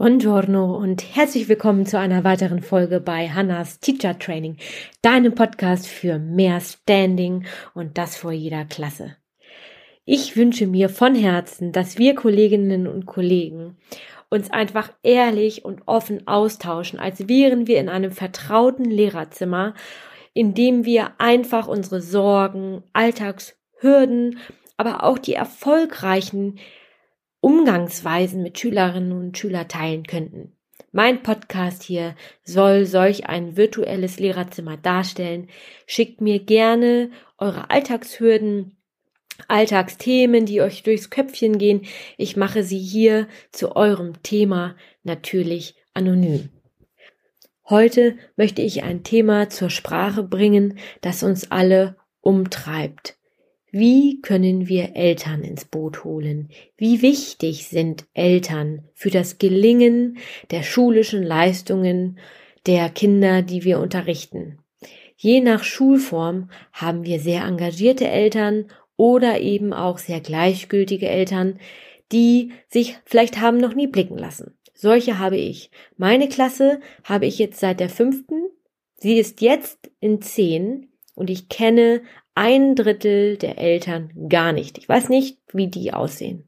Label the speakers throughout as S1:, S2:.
S1: Buongiorno und herzlich willkommen zu einer weiteren Folge bei Hannas Teacher Training, deinem Podcast für mehr Standing und das vor jeder Klasse. Ich wünsche mir von Herzen, dass wir Kolleginnen und Kollegen uns einfach ehrlich und offen austauschen, als wären wir in einem vertrauten Lehrerzimmer, in dem wir einfach unsere Sorgen, Alltagshürden, aber auch die erfolgreichen Umgangsweisen mit Schülerinnen und Schülern teilen könnten. Mein Podcast hier soll solch ein virtuelles Lehrerzimmer darstellen. Schickt mir gerne eure Alltagshürden, Alltagsthemen, die euch durchs Köpfchen gehen. Ich mache sie hier zu eurem Thema natürlich anonym. Heute möchte ich ein Thema zur Sprache bringen, das uns alle umtreibt. Wie können wir Eltern ins Boot holen? Wie wichtig sind Eltern für das Gelingen der schulischen Leistungen der Kinder, die wir unterrichten? Je nach Schulform haben wir sehr engagierte Eltern oder eben auch sehr gleichgültige Eltern, die sich vielleicht haben noch nie blicken lassen. Solche habe ich. Meine Klasse habe ich jetzt seit der 5. Sie ist jetzt in 10 und ich kenne 1/3 der Eltern gar nicht. Ich weiß nicht, wie die aussehen.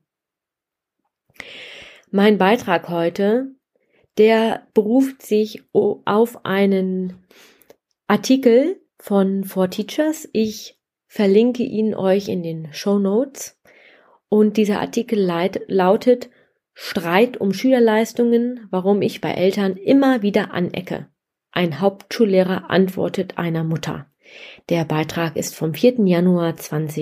S1: Mein Beitrag heute, der beruft sich auf einen Artikel von 4Teachers. Ich verlinke ihn euch in den Shownotes. Und dieser Artikel lautet Streit um Schülerleistungen, warum ich bei Eltern immer wieder anecke. Ein Hauptschullehrer antwortet einer Mutter. Der Beitrag ist vom 4. Januar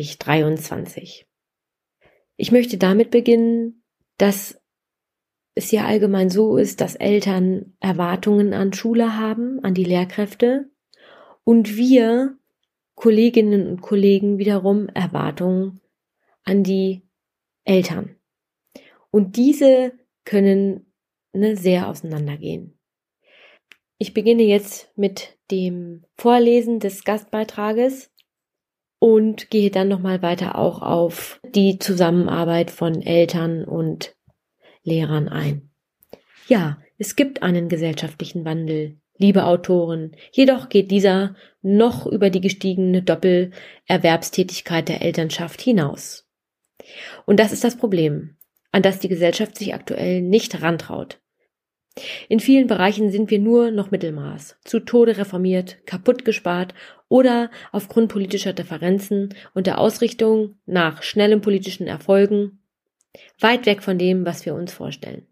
S1: 2023. Ich möchte damit beginnen, dass es ja allgemein so ist, dass Eltern Erwartungen an Schule haben, an die Lehrkräfte und wir Kolleginnen und Kollegen wiederum Erwartungen an die Eltern. Und diese können sehr auseinandergehen. Ich beginne jetzt mit dem Vorlesen des Gastbeitrages und gehe dann nochmal weiter auch auf die Zusammenarbeit von Eltern und Lehrern ein. Ja, es gibt einen gesellschaftlichen Wandel, liebe Autoren, jedoch geht dieser noch über die gestiegene Doppelerwerbstätigkeit der Elternschaft hinaus. Und das ist das Problem, an das die Gesellschaft sich aktuell nicht rantraut. In vielen Bereichen sind wir nur noch Mittelmaß, zu Tode reformiert, kaputt gespart oder aufgrund politischer Differenzen und der Ausrichtung nach schnellen politischen Erfolgen weit weg von dem, was wir uns vorstellen.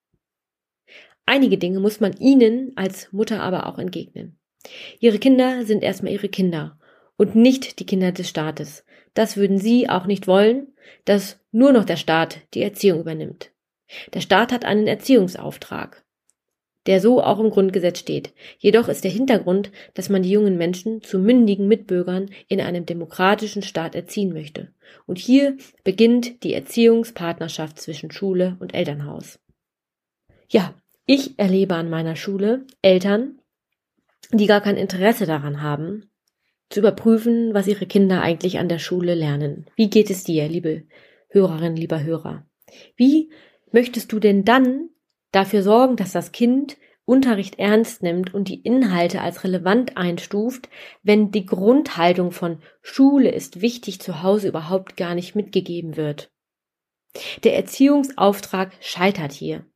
S1: Einige Dinge muss man ihnen als Mutter aber auch entgegnen. Ihre Kinder sind erstmal ihre Kinder und nicht die Kinder des Staates. Das würden sie auch nicht wollen, dass nur noch der Staat die Erziehung übernimmt. Der Staat hat einen Erziehungsauftrag, der so auch im Grundgesetz steht. Jedoch ist der Hintergrund, dass man die jungen Menschen zu mündigen Mitbürgern in einem demokratischen Staat erziehen möchte. Und hier beginnt die Erziehungspartnerschaft zwischen Schule und Elternhaus. Ja, ich erlebe an meiner Schule Eltern, die gar kein Interesse daran haben, zu überprüfen, was ihre Kinder eigentlich an der Schule lernen. Wie geht es dir, liebe Hörerin, lieber Hörer? Wie möchtest du denn dann dafür sorgen, dass das Kind Unterricht ernst nimmt und die Inhalte als relevant einstuft, wenn die Grundhaltung von Schule ist wichtig zu Hause überhaupt gar nicht mitgegeben wird? Der Erziehungsauftrag scheitert hier.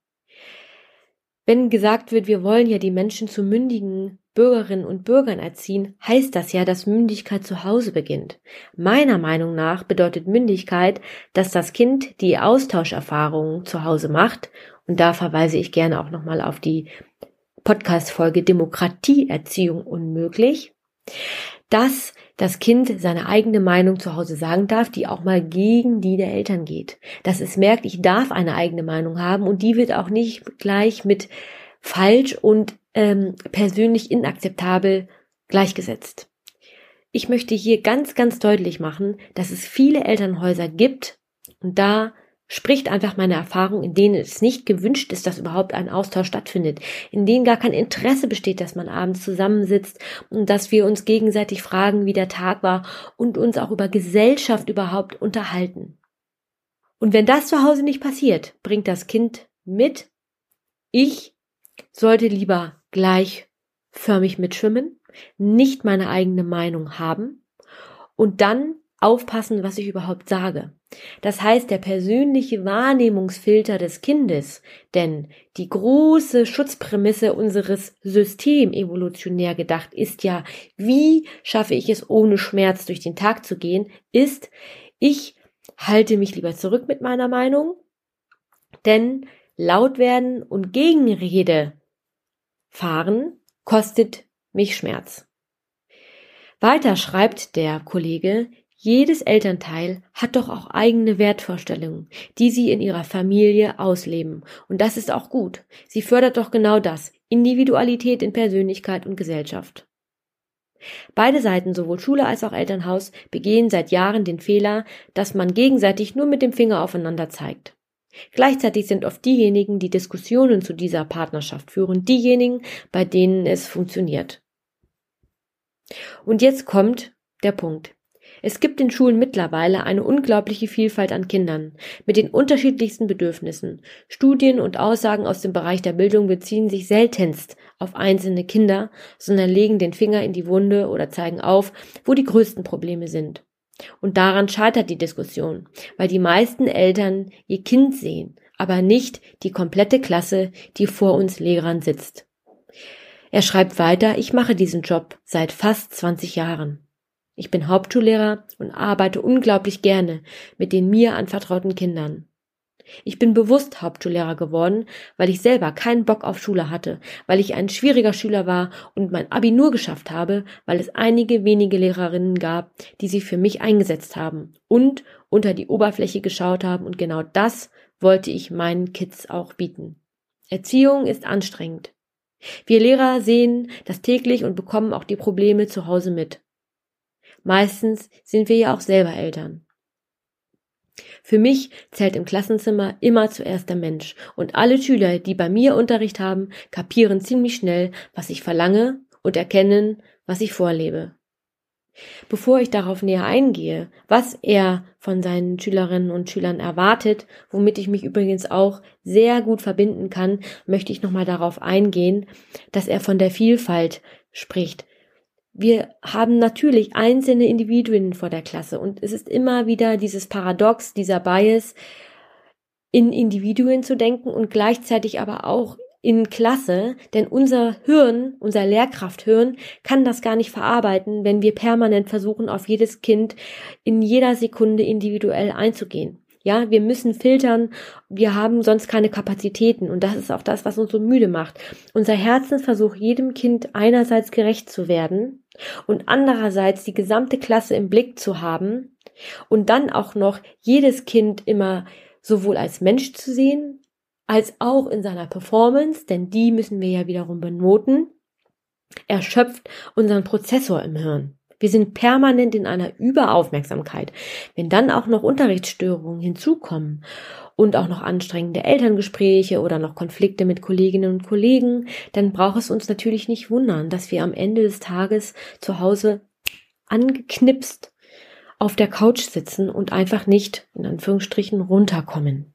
S1: Wenn gesagt wird, wir wollen ja die Menschen zu mündigen Bürgerinnen und Bürgern erziehen, heißt das ja, dass Mündigkeit zu Hause beginnt. Meiner Meinung nach bedeutet Mündigkeit, dass das Kind die Austauscherfahrungen zu Hause macht. Und da verweise ich gerne auch nochmal auf die Podcast-Folge Demokratieerziehung unmöglich, dass das Kind seine eigene Meinung zu Hause sagen darf, die auch mal gegen die der Eltern geht. Dass es merkt, ich darf eine eigene Meinung haben und die wird auch nicht gleich mit falsch und persönlich inakzeptabel gleichgesetzt. Ich möchte hier ganz, ganz deutlich machen, dass es viele Elternhäuser gibt und da spricht einfach meine Erfahrung, in denen es nicht gewünscht ist, dass überhaupt ein Austausch stattfindet, in denen gar kein Interesse besteht, dass man abends zusammensitzt und dass wir uns gegenseitig fragen, wie der Tag war und uns auch über Gesellschaft überhaupt unterhalten. Und wenn das zu Hause nicht passiert, bringt das Kind mit, Ich sollte lieber gleichförmig mitschwimmen, nicht meine eigene Meinung haben und dann aufpassen, was ich überhaupt sage. Das heißt, der persönliche Wahrnehmungsfilter des Kindes, denn die große Schutzprämisse unseres Systems evolutionär gedacht ist ja, wie schaffe ich es, ohne Schmerz durch den Tag zu gehen, ist, ich halte mich lieber zurück mit meiner Meinung, denn laut werden und Gegenrede fahren kostet mich Schmerz. Weiter schreibt der Kollege, jedes Elternteil hat doch auch eigene Wertvorstellungen, die sie in ihrer Familie ausleben. Und das ist auch gut. Sie fördert doch genau das, Individualität in Persönlichkeit und Gesellschaft. Beide Seiten, sowohl Schule als auch Elternhaus, begehen seit Jahren den Fehler, dass man gegenseitig nur mit dem Finger aufeinander zeigt. Gleichzeitig sind oft diejenigen, die Diskussionen zu dieser Partnerschaft führen, diejenigen, bei denen es funktioniert. Und jetzt kommt der Punkt. Es gibt in Schulen mittlerweile eine unglaubliche Vielfalt an Kindern mit den unterschiedlichsten Bedürfnissen. Studien und Aussagen aus dem Bereich der Bildung beziehen sich seltenst auf einzelne Kinder, sondern legen den Finger in die Wunde oder zeigen auf, wo die größten Probleme sind. Und daran scheitert die Diskussion, weil die meisten Eltern ihr Kind sehen, aber nicht die komplette Klasse, die vor uns Lehrern sitzt. Er schreibt weiter, ich mache diesen Job seit fast 20 Jahren. Ich bin Hauptschullehrer und arbeite unglaublich gerne mit den mir anvertrauten Kindern. Ich bin bewusst Hauptschullehrer geworden, weil ich selber keinen Bock auf Schule hatte, weil ich ein schwieriger Schüler war und mein Abi nur geschafft habe, weil es einige wenige Lehrerinnen gab, die sich für mich eingesetzt haben und unter die Oberfläche geschaut haben, und genau das wollte ich meinen Kids auch bieten. Erziehung ist anstrengend. Wir Lehrer sehen das täglich und bekommen auch die Probleme zu Hause mit. Meistens sind wir ja auch selber Eltern. Für mich zählt im Klassenzimmer immer zuerst der Mensch, und alle Schüler, die bei mir Unterricht haben, kapieren ziemlich schnell, was ich verlange, und erkennen, was ich vorlebe. Bevor ich darauf näher eingehe, was er von seinen Schülerinnen und Schülern erwartet, womit ich mich übrigens auch sehr gut verbinden kann, möchte ich nochmal darauf eingehen, dass er von der Vielfalt spricht. Wir haben natürlich einzelne Individuen vor der Klasse und es ist immer wieder dieses Paradox, dieser Bias, in Individuen zu denken und gleichzeitig aber auch in Klasse, denn unser Hirn, unser Lehrkrafthirn kann das gar nicht verarbeiten, wenn wir permanent versuchen, auf jedes Kind in jeder Sekunde individuell einzugehen. Ja, wir müssen filtern, wir haben sonst keine Kapazitäten und das ist auch das, was uns so müde macht. Unser Herzensversuch, jedem Kind einerseits gerecht zu werden und andererseits die gesamte Klasse im Blick zu haben und dann auch noch jedes Kind immer sowohl als Mensch zu sehen, als auch in seiner Performance, denn die müssen wir ja wiederum benoten, erschöpft unseren Prozessor im Hirn. Wir sind permanent in einer Überaufmerksamkeit. Wenn dann auch noch Unterrichtsstörungen hinzukommen und auch noch anstrengende Elterngespräche oder noch Konflikte mit Kolleginnen und Kollegen, dann braucht es uns natürlich nicht wundern, dass wir am Ende des Tages zu Hause angeknipst auf der Couch sitzen und einfach nicht, in Anführungsstrichen, runterkommen.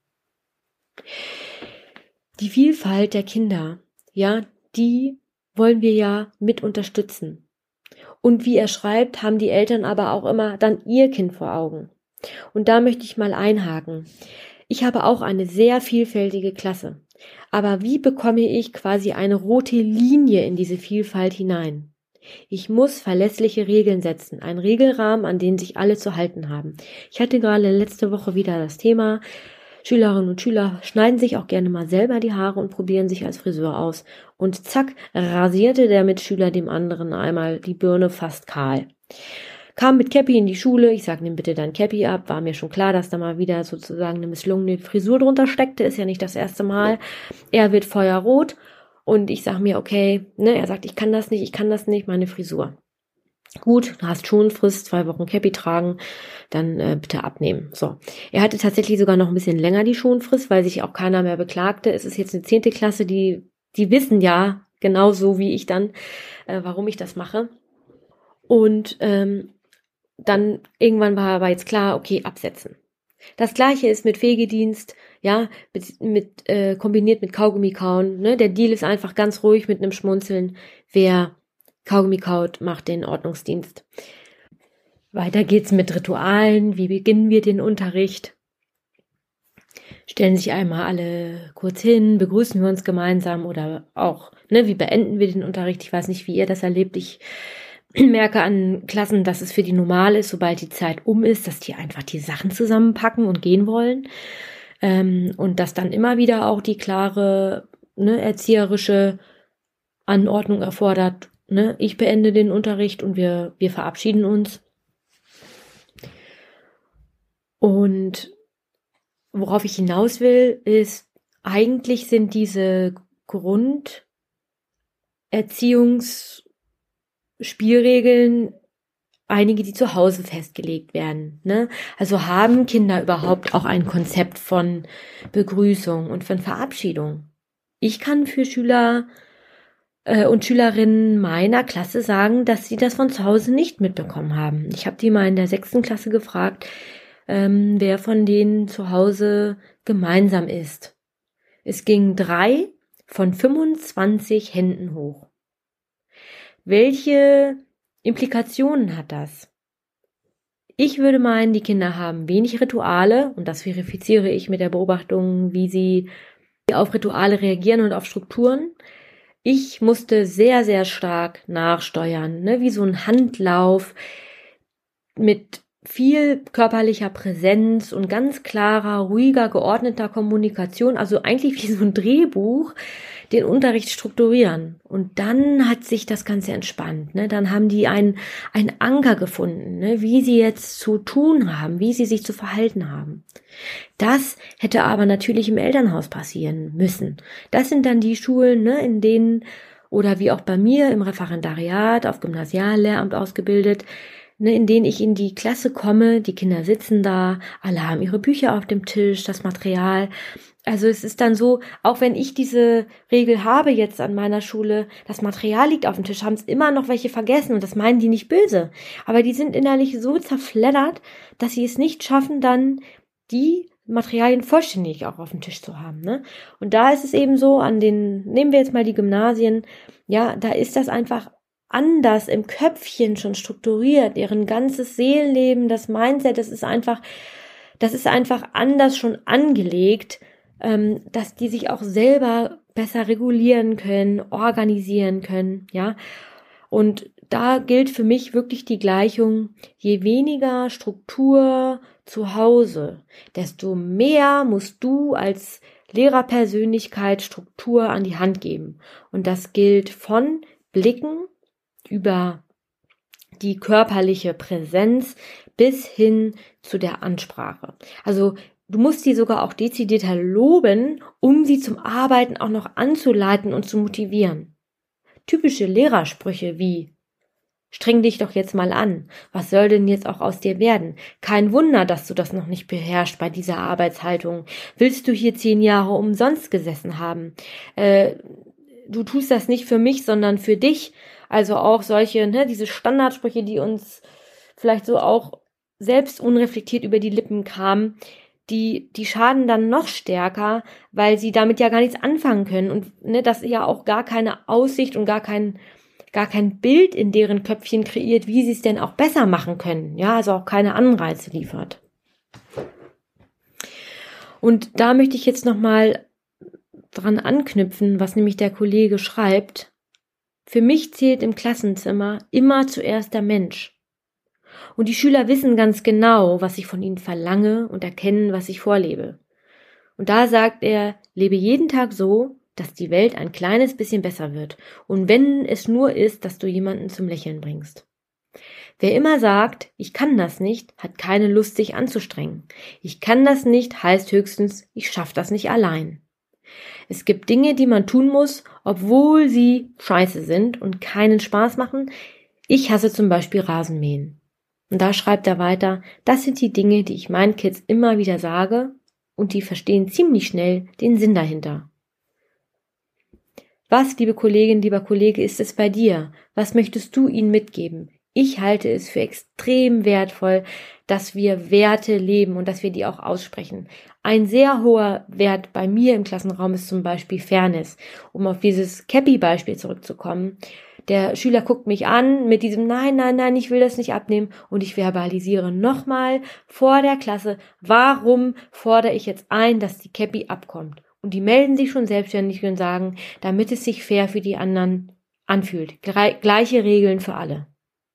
S1: Die Vielfalt der Kinder, ja, die wollen wir ja mit unterstützen. Und wie er schreibt, haben die Eltern aber auch immer dann ihr Kind vor Augen. Und da möchte ich mal einhaken. Ich habe auch eine sehr vielfältige Klasse. Aber wie bekomme ich quasi eine rote Linie in diese Vielfalt hinein? Ich muss verlässliche Regeln setzen, einen Regelrahmen, an den sich alle zu halten haben. Ich hatte gerade letzte Woche wieder das Thema, Schülerinnen und Schüler schneiden sich auch gerne mal selber die Haare und probieren sich als Friseur aus. Und zack, rasierte der Mitschüler dem anderen einmal die Birne fast kahl. Kam mit Käppi in die Schule, ich sag, nimm bitte dein Käppi ab, war mir schon klar, dass da mal wieder sozusagen eine misslungene Frisur drunter steckte, ist ja nicht das erste Mal. Er wird feuerrot und ich sag mir, okay, ne, er sagt, ich kann das nicht, meine Frisur. Gut, du hast Schonfrist, 2 Wochen Käppi tragen, dann bitte abnehmen. So, er hatte tatsächlich sogar noch ein bisschen länger die Schonfrist, weil sich auch keiner mehr beklagte. Es ist jetzt eine 10. Klasse, die wissen ja genauso wie ich dann, warum ich das mache. Und dann irgendwann war aber jetzt klar, okay, absetzen. Das Gleiche ist mit Pflegedienst, ja, kombiniert mit Kaugummi kauen. Ne? Der Deal ist einfach ganz ruhig mit einem Schmunzeln. Wer Kaugummi kaut, macht den Ordnungsdienst. Weiter geht's mit Ritualen. Wie beginnen wir den Unterricht? Stellen sich einmal alle kurz hin, begrüßen wir uns gemeinsam oder auch, ne, wie beenden wir den Unterricht? Ich weiß nicht, wie ihr das erlebt. Ich merke an Klassen, dass es für die normal ist, sobald die Zeit um ist, dass die einfach die Sachen zusammenpacken und gehen wollen. Und dass dann immer wieder auch die klare, ne, erzieherische Anordnung erfordert, ne, ich beende den Unterricht und wir verabschieden uns. Und worauf ich hinaus will, ist, eigentlich sind diese Grunderziehungsspielregeln einige, die zu Hause festgelegt werden. Ne? Also haben Kinder überhaupt auch ein Konzept von Begrüßung und von Verabschiedung? Ich kann für Schüler und Schülerinnen meiner Klasse sagen, dass sie das von zu Hause nicht mitbekommen haben. Ich habe die mal in der 6. Klasse gefragt, wer von denen zu Hause gemeinsam ist. Es gingen 3 von 25 Händen hoch. Welche Implikationen hat das? Ich würde meinen, die Kinder haben wenig Rituale und das verifiziere ich mit der Beobachtung, wie sie auf Rituale reagieren und auf Strukturen. Ich musste sehr, sehr stark nachsteuern, ne, wie so ein Handlauf mit viel körperlicher Präsenz und ganz klarer, ruhiger, geordneter Kommunikation, also eigentlich wie so ein Drehbuch, den Unterricht strukturieren. Und dann hat sich das Ganze entspannt. Ne? Dann haben die einen Anker gefunden, ne? Wie sie jetzt zu tun haben, wie sie sich zu verhalten haben. Das hätte aber natürlich im Elternhaus passieren müssen. Das sind dann die Schulen, ne, in denen, oder wie auch bei mir im Referendariat, auf Gymnasiallehramt ausgebildet, ne, in denen ich in die Klasse komme, die Kinder sitzen da, alle haben ihre Bücher auf dem Tisch, das Material. Also es ist dann so, auch wenn ich diese Regel habe jetzt an meiner Schule, das Material liegt auf dem Tisch, haben es immer noch welche vergessen und das meinen die nicht böse. Aber die sind innerlich so zerfleddert, dass sie es nicht schaffen, dann die Materialien vollständig auch auf dem Tisch zu haben. Ne? Und da ist es eben so, nehmen wir jetzt mal die Gymnasien, ja, da ist das einfach anders im Köpfchen schon strukturiert, deren ganzes Seelenleben, das Mindset, das ist einfach anders schon angelegt, dass die sich auch selber besser regulieren können, organisieren können, ja. Und da gilt für mich wirklich die Gleichung, je weniger Struktur zu Hause, desto mehr musst du als Lehrerpersönlichkeit Struktur an die Hand geben. Und das gilt von Blicken über die körperliche Präsenz bis hin zu der Ansprache. Also du musst sie sogar auch dezidierter loben, um sie zum Arbeiten auch noch anzuleiten und zu motivieren. Typische Lehrersprüche wie: Streng dich doch jetzt mal an. Was soll denn jetzt auch aus dir werden? Kein Wunder, dass du das noch nicht beherrschst bei dieser Arbeitshaltung. Willst du hier 10 Jahre umsonst gesessen haben? Du tust das nicht für mich, sondern für dich. Also auch solche, ne, diese Standardsprüche, die uns vielleicht so auch selbst unreflektiert über die Lippen kamen, die schaden dann noch stärker, weil sie damit ja gar nichts anfangen können und ne, das ja auch gar keine Aussicht und gar kein Bild in deren Köpfchen kreiert, wie sie es denn auch besser machen können. Ja, also auch keine Anreize liefert. Und da möchte ich jetzt nochmal dran anknüpfen, was nämlich der Kollege schreibt. Für mich zählt im Klassenzimmer immer zuerst der Mensch. Und die Schüler wissen ganz genau, was ich von ihnen verlange und erkennen, was ich vorlebe. Und da sagt er, lebe jeden Tag so, dass die Welt ein kleines bisschen besser wird. Und wenn es nur ist, dass du jemanden zum Lächeln bringst. Wer immer sagt, ich kann das nicht, hat keine Lust, sich anzustrengen. Ich kann das nicht, heißt höchstens, ich schaffe das nicht allein. Es gibt Dinge, die man tun muss, obwohl sie scheiße sind und keinen Spaß machen. Ich hasse zum Beispiel Rasenmähen. Und da schreibt er weiter, das sind die Dinge, die ich meinen Kids immer wieder sage und die verstehen ziemlich schnell den Sinn dahinter. Was, liebe Kollegin, lieber Kollege, ist es bei dir? Was möchtest du ihnen mitgeben? Ich halte es für extrem wertvoll, dass wir Werte leben und dass wir die auch aussprechen. Ein sehr hoher Wert bei mir im Klassenraum ist zum Beispiel Fairness. Um auf dieses Cappy-Beispiel zurückzukommen. Der Schüler guckt mich an mit diesem Nein, nein, nein, ich will das nicht abnehmen und ich verbalisiere nochmal vor der Klasse, warum fordere ich jetzt ein, dass die Cappy abkommt. Und die melden sich schon selbstständig und sagen, damit es sich fair für die anderen anfühlt. Gleiche Regeln für alle.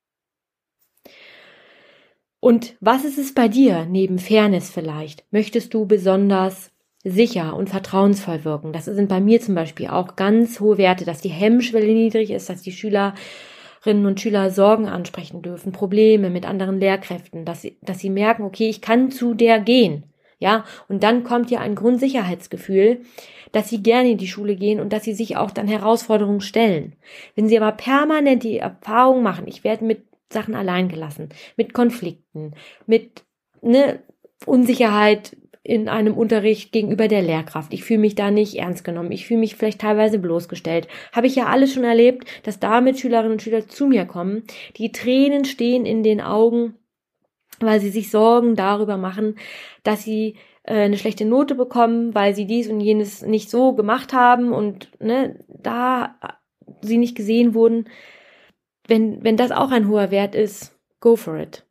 S1: Und was ist es bei dir neben Fairness vielleicht? Möchtest du besonders sicher und vertrauensvoll wirken? Das sind bei mir zum Beispiel auch ganz hohe Werte, dass die Hemmschwelle niedrig ist, dass die Schülerinnen und Schüler Sorgen ansprechen dürfen, Probleme mit anderen Lehrkräften, dass sie merken, okay, ich kann zu der gehen. Ja, und dann kommt ja ein Grundsicherheitsgefühl, dass sie gerne in die Schule gehen und dass sie sich auch dann Herausforderungen stellen. Wenn sie aber permanent die Erfahrung machen, ich werde mit Sachen allein gelassen, mit Konflikten, mit Unsicherheit in einem Unterricht gegenüber der Lehrkraft. Ich fühle mich da nicht ernst genommen. Ich fühle mich vielleicht teilweise bloßgestellt. Habe ich ja alles schon erlebt, dass damit Schülerinnen und Schüler zu mir kommen. Die Tränen stehen in den Augen, weil sie sich Sorgen darüber machen, dass sie eine schlechte Note bekommen, weil sie dies und jenes nicht so gemacht haben und da sie nicht gesehen wurden. Wenn das auch ein hoher Wert ist, go for it.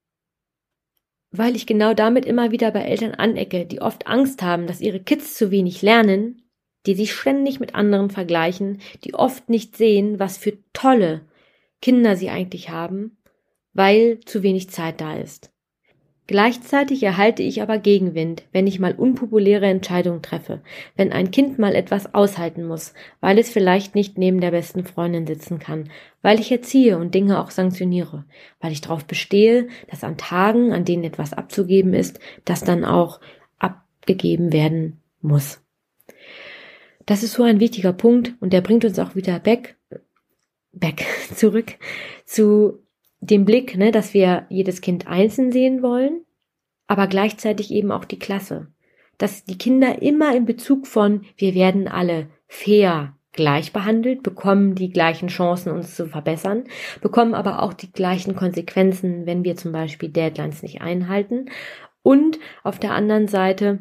S1: Weil ich genau damit immer wieder bei Eltern anecke, die oft Angst haben, dass ihre Kids zu wenig lernen, die sich ständig mit anderen vergleichen, die oft nicht sehen, was für tolle Kinder sie eigentlich haben, weil zu wenig Zeit da ist. Gleichzeitig erhalte ich aber Gegenwind, wenn ich mal unpopuläre Entscheidungen treffe, wenn ein Kind mal etwas aushalten muss, weil es vielleicht nicht neben der besten Freundin sitzen kann, weil ich erziehe und Dinge auch sanktioniere, weil ich darauf bestehe, dass an Tagen, an denen etwas abzugeben ist, das dann auch abgegeben werden muss. Das ist so ein wichtiger Punkt und der bringt uns auch wieder back zurück zu dem Blick, dass wir jedes Kind einzeln sehen wollen, aber gleichzeitig eben auch die Klasse. Dass die Kinder immer in Bezug von, wir werden alle fair gleich behandelt, bekommen die gleichen Chancen, uns zu verbessern, bekommen aber auch die gleichen Konsequenzen, wenn wir zum Beispiel Deadlines nicht einhalten. Und auf der anderen Seite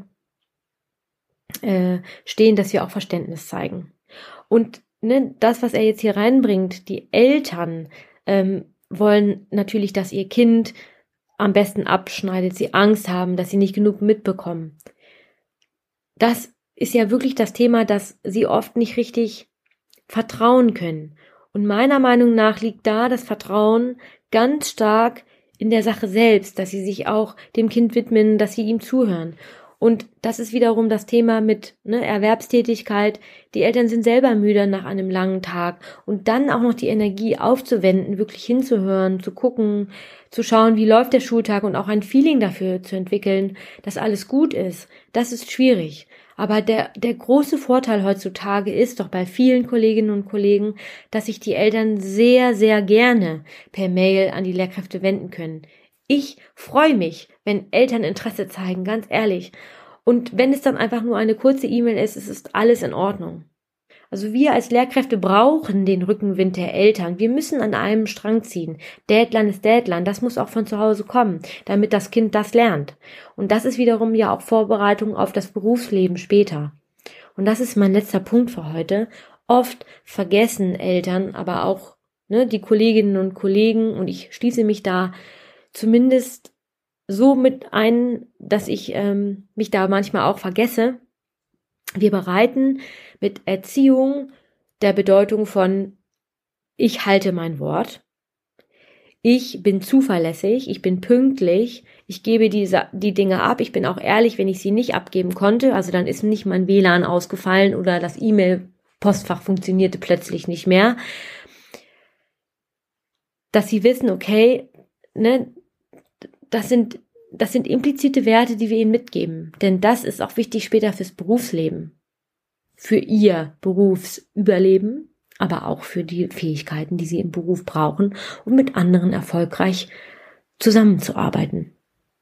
S1: stehen, dass wir auch Verständnis zeigen. Und das, was er jetzt hier reinbringt, die Eltern wollen natürlich, dass ihr Kind am besten abschneidet, sie Angst haben, dass sie nicht genug mitbekommen. Das ist ja wirklich das Thema, dass sie oft nicht richtig vertrauen können. Und meiner Meinung nach liegt da das Vertrauen ganz stark in der Sache selbst, dass sie sich auch dem Kind widmen, dass sie ihm zuhören. Und das ist wiederum das Thema mit Erwerbstätigkeit. Die Eltern sind selber müde nach einem langen Tag. Und dann auch noch die Energie aufzuwenden, wirklich hinzuhören, zu gucken, zu schauen, wie läuft der Schultag und auch ein Feeling dafür zu entwickeln, dass alles gut ist. Das ist schwierig. Aber der große Vorteil heutzutage ist doch bei vielen Kolleginnen und Kollegen, dass sich die Eltern sehr, sehr gerne per Mail an die Lehrkräfte wenden können. Ich freue mich, wenn Eltern Interesse zeigen, ganz ehrlich. Und wenn es dann einfach nur eine kurze E-Mail ist, es ist alles in Ordnung. Also wir als Lehrkräfte brauchen den Rückenwind der Eltern. Wir müssen an einem Strang ziehen. Deadline ist Deadline. Das muss auch von zu Hause kommen, damit das Kind das lernt. Und das ist wiederum ja auch Vorbereitung auf das Berufsleben später. Und das ist mein letzter Punkt für heute. Oft vergessen Eltern, aber auch die Kolleginnen und Kollegen, und ich schließe mich da zumindest so mit ein, dass ich mich da manchmal auch vergesse. Wir bereiten mit Erziehung der Bedeutung von ich halte mein Wort, ich bin zuverlässig, ich bin pünktlich, ich gebe die Dinge ab, ich bin auch ehrlich, wenn ich sie nicht abgeben konnte, also dann ist nicht mein WLAN ausgefallen oder das E-Mail-Postfach funktionierte plötzlich nicht mehr, dass sie wissen, okay, das sind implizite Werte, die wir ihnen mitgeben. Denn das ist auch wichtig später fürs Berufsleben. Für ihr Berufsüberleben, aber auch für die Fähigkeiten, die sie im Beruf brauchen, um mit anderen erfolgreich zusammenzuarbeiten.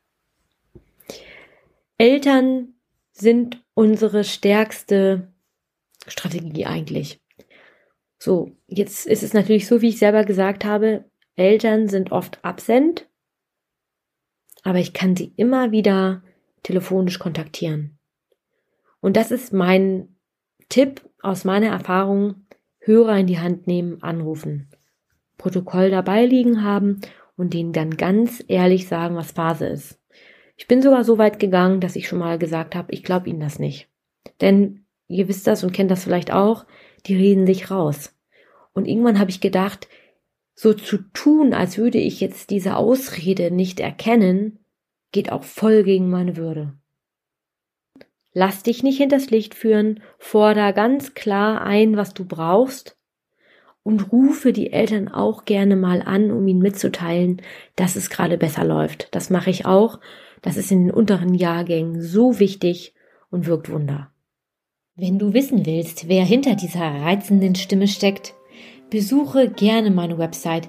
S1: Eltern sind unsere stärkste Strategie eigentlich. So, jetzt ist es natürlich so, wie ich selber gesagt habe, Eltern sind oft absent, aber ich kann sie immer wieder telefonisch kontaktieren. Und das ist mein Tipp aus meiner Erfahrung: Hörer in die Hand nehmen, anrufen, Protokoll dabei liegen haben und denen dann ganz ehrlich sagen, was Phase ist. Ich bin sogar so weit gegangen, dass ich schon mal gesagt habe, ich glaube ihnen das nicht. Denn ihr wisst das und kennt das vielleicht auch, die reden sich raus. Und irgendwann habe ich gedacht, so zu tun, als würde ich jetzt diese Ausrede nicht erkennen, geht auch voll gegen meine Würde. Lass dich nicht hinters Licht führen, fordere ganz klar ein, was du brauchst und rufe die Eltern auch gerne mal an, um ihnen mitzuteilen, dass es gerade besser läuft. Das mache ich auch. Das ist in den unteren Jahrgängen so wichtig und wirkt Wunder. Wenn du wissen willst, wer hinter dieser reizenden Stimme steckt, besuche gerne meine Website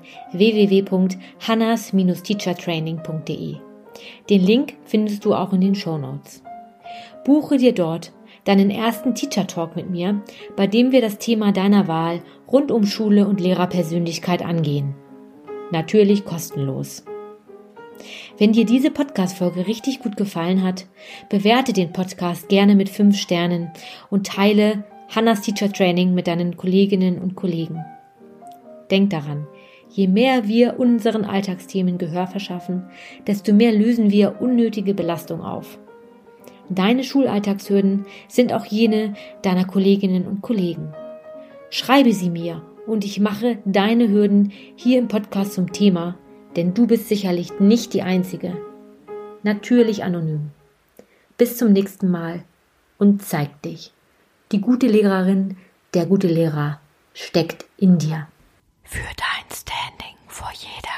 S1: www.hannas-teachertraining.de. Den Link findest du auch in den Shownotes. Buche dir dort deinen ersten Teacher Talk mit mir, bei dem wir das Thema deiner Wahl rund um Schule und Lehrerpersönlichkeit angehen. Natürlich kostenlos. Wenn dir diese Podcast-Folge richtig gut gefallen hat, bewerte den Podcast gerne mit 5 Sternen und teile Hannas Teacher Training mit deinen Kolleginnen und Kollegen. Denk daran, je mehr wir unseren Alltagsthemen Gehör verschaffen, desto mehr lösen wir unnötige Belastung auf. Deine Schulalltagshürden sind auch jene deiner Kolleginnen und Kollegen. Schreibe sie mir und ich mache deine Hürden hier im Podcast zum Thema, denn du bist sicherlich nicht die Einzige. Natürlich anonym. Bis zum nächsten Mal und zeig dich. Die gute Lehrerin, der gute Lehrer steckt in dir. Für dein Standing vor jeder